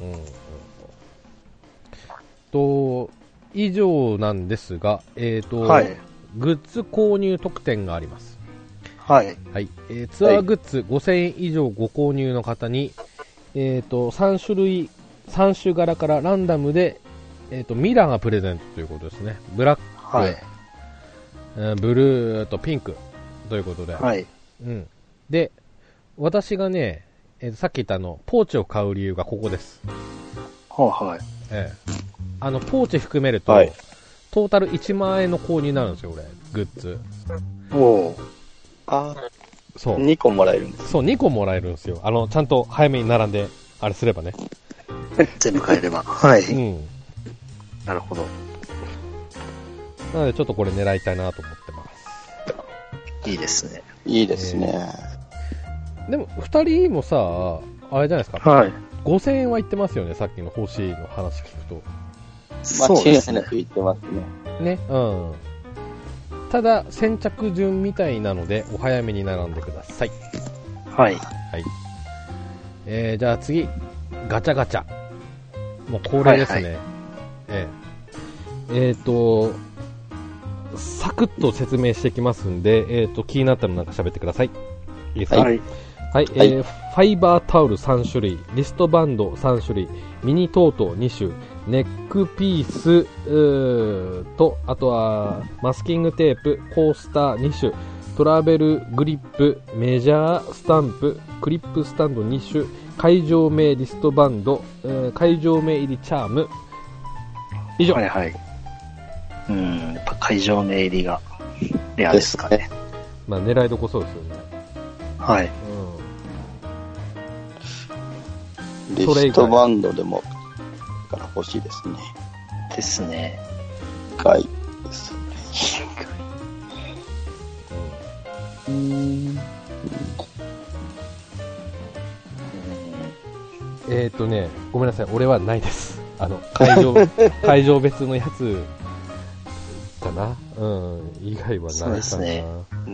と。以上なんですが、グッズ購入特典があります。 はい。 はい。ツアーグッズ5000円以上ご購入の方に、3種柄からランダムで、ミラーがプレゼントということですね。ブラック、ブルーとピンクということで。 はい。 で、私がね、さっき言ったポーチを買う理由がここです。 はい。 ポーチ含めると、トータル1万円の購入になるんですよ、俺、グッズ。そう。 2個もらえるんです。 そう、2個もらえるんですよ。ちゃんと早めに並んで、あれすればね。 全部買えれば。はい。なるほど。 なので、ちょっとこれ狙いたいなと思ってます。 いいですね。 いいですね。 でも、2人もさ、あれじゃないですか。 はい。 5000円は言ってますよね、さっきの欲しいの話聞くと。 そうですね。 言ってますね。 ね、ただ、先着順みたいなので、お早めに並んでください。 はい。 じゃあ次、ガチャガチャ。もう恒例ですね。サクッと説明していきますんで、気になったのなんか喋ってください。いいですか？はい。ファイバータオル3種類、リストバンド3種類、ミニトート2種、ネックピースと、あとはマスキングテープ、コースター2種、トラベルグリップ、メジャースタンプ、クリップスタンド2種、会場名リストバンド、会場名入りチャーム、以上。 やっぱ会場名入りがレアですかね。 まあ狙いどこそうですよね。 はい。 リストバンドでもから欲しいですね。 ですね。 はい。 ごめんなさい、俺はないです。会場別のやつかな。以外はないかな。そうですね。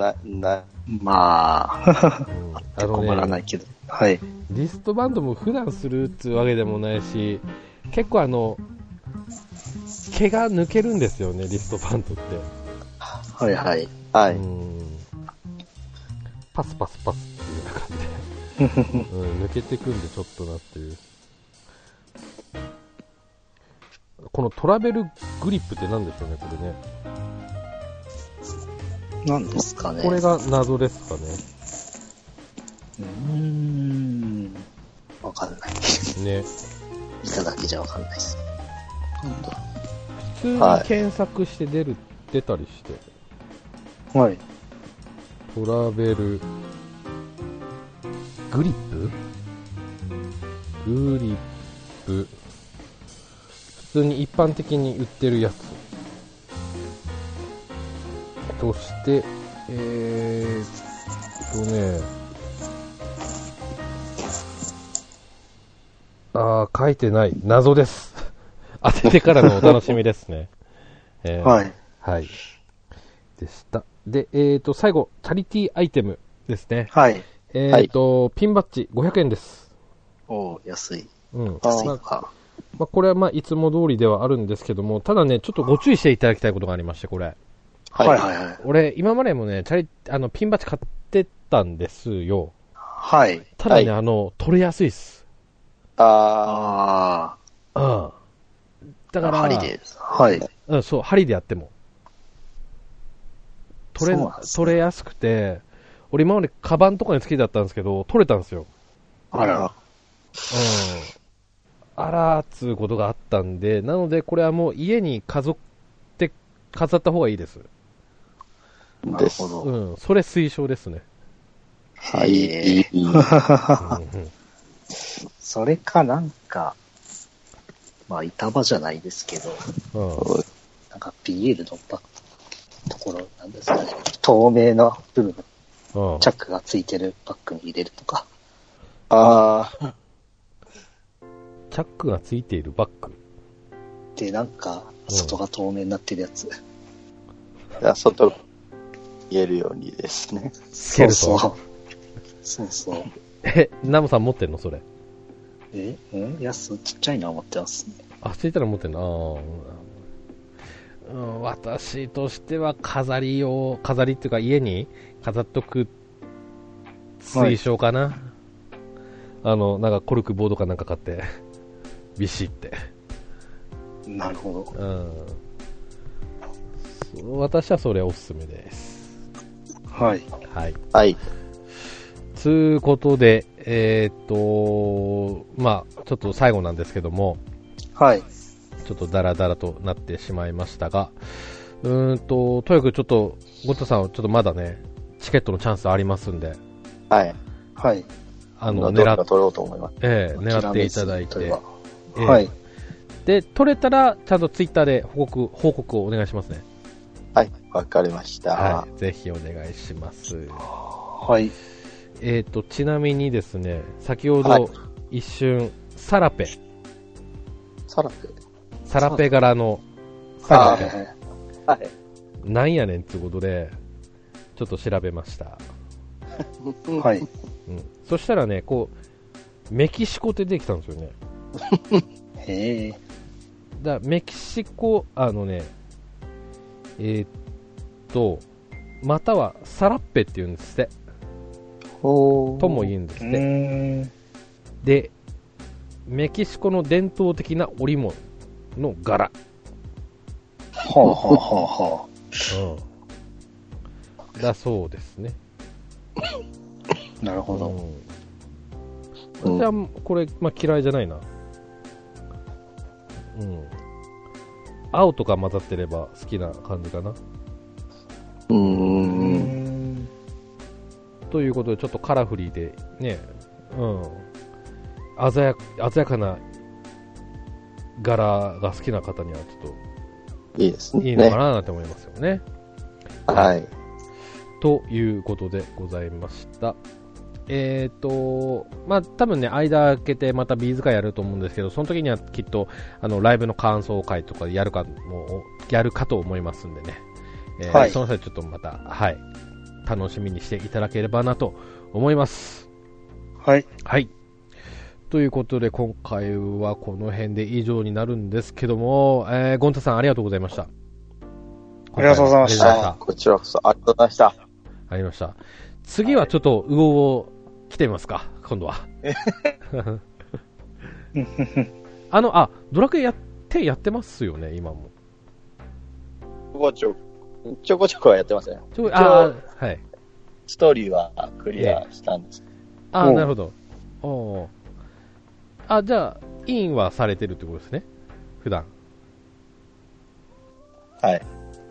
まあ、困らないけど。はい。 リストバンドも普段するっていうわけでもないし、結構毛が抜けるんですよね、リストバンドって。 はいはい。 はい。 パスパスパスっていう感じで、抜けてくんでちょっとなっていう。このトラベルグリップって何でしょうね、これね。 何ですかね。 これが謎ですかね。 わかんない。 ね。 見ただけじゃわかんないです。 なんだ。普通に検索して出たりして。 はい。 トラベルグリップ？グリップ。普通に一般的に売ってるやつとして、書いてない。謎です。当ててからのお楽しみですね。 はい。 はい。でした。で、最後、チャリティーアイテムですね。 はい。 ピンバッジ500円です。 安い。 安いか。これは、いつも通りではあるんですけども、ただね、ちょっとご注意していただきたいことがありまして、これ。 はいはいはい。 俺、今までもね、ピンバッジ買ってたんですよ。 はい。 ただね、取れやすいっす。だから、 針で。はい。 そう、針でやっても。取れやすくて、俺今までカバンとかにつけてあったんですけど、取れたんですよ。 あら。 あらーつうことがあったんで、なのでこれはもう家に飾った方がいいです。 なるほど。 それ推奨ですね。 はい。それかなんか、板場じゃないですけど、なんかビールのところなんですかね。透明な部分、チャックがついてるバッグに入れるとか。 チャックがついているバッグで、なんか、外が透明になってるやつ。 外、言えるようにですね。 そうそう。 ナムさん持ってんのそれ？ ちっちゃいのは持ってますね。 ちっちゃいの持ってんの？私としては飾りっていうか家に飾っとく推奨かな。なんかコルクボードかなんか買って、ビシって。 なるほど。私はそれおすすめです。 はい。 はい。はい。 つうことで、ちょっと最後なんですけども、 はい。 ちょっとダラダラとなってしまいましたが、とにかくちょっと、ゴッタさんはちょっとまだね、チケットのチャンスありますんで、 はい。 はい。 狙って取ろうと思います。 狙っていただいて、 はい。 で、取れたら、ちゃんとツイッターで報告をお願いしますね。 はい、わかりました。 はい、ぜひお願いします。 はい。 ちなみにですね、先ほど一瞬、サラペ柄のサラペ。 はい。 なんやねんってことで、ちょっと調べました。 はい。 そしたらね、メキシコってできたんですよね。 へえ。 メキシコ、またはサラッペって言うんですって。とも言うんですって。で、メキシコの伝統的な織物の柄。だそうですね。 なるほど。 私はこれ、嫌いじゃないな。青とか混ざってれば好きな感じかな。 ということで、ちょっとカラフリーで、ね、鮮やかな柄が好きな方には、ちょっと、 いいですね。 いいのかなと思いますよね。 はい。 ということでございました。まあ、多分ね、間空けてまたビーズ会やると思うんですけど、その時にはきっと、ライブの感想会とかやるかと思いますんでね。はい、その際ちょっとまた、はい、楽しみにしていただければなと思います。 はい。 はい。ということで、今回はこの辺で以上になるんですけども、ゴンタさんありがとうございました。 ありがとうございました。 こちらこそありがとうございました。 ありました。次はちょっと、ウオを来てみますか、今度は。ドラクエやってますよね、今も。 ちょこちょこはやってますね。 はい。 ストーリーはクリアしたんです。 なるほど。じゃあ、インはされてるってことですね、普段。 はい。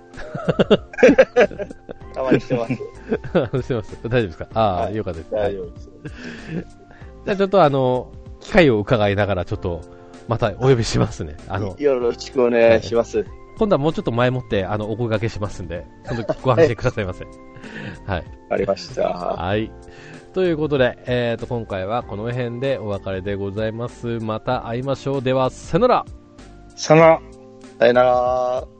たまにしてます。 してます。大丈夫ですか？よかったです。 大丈夫です。 じゃあちょっと機会を伺いながらちょっと、またお呼びしますね。 よろしくお願いします。 今度はもうちょっと前もって、お声掛けしますんで、その時ご安心くださいませ。はい。 ありました。 はい。ということで、今回はこの辺でお別れでございます。また会いましょう。では、さよなら。 さよなら。 さよなら。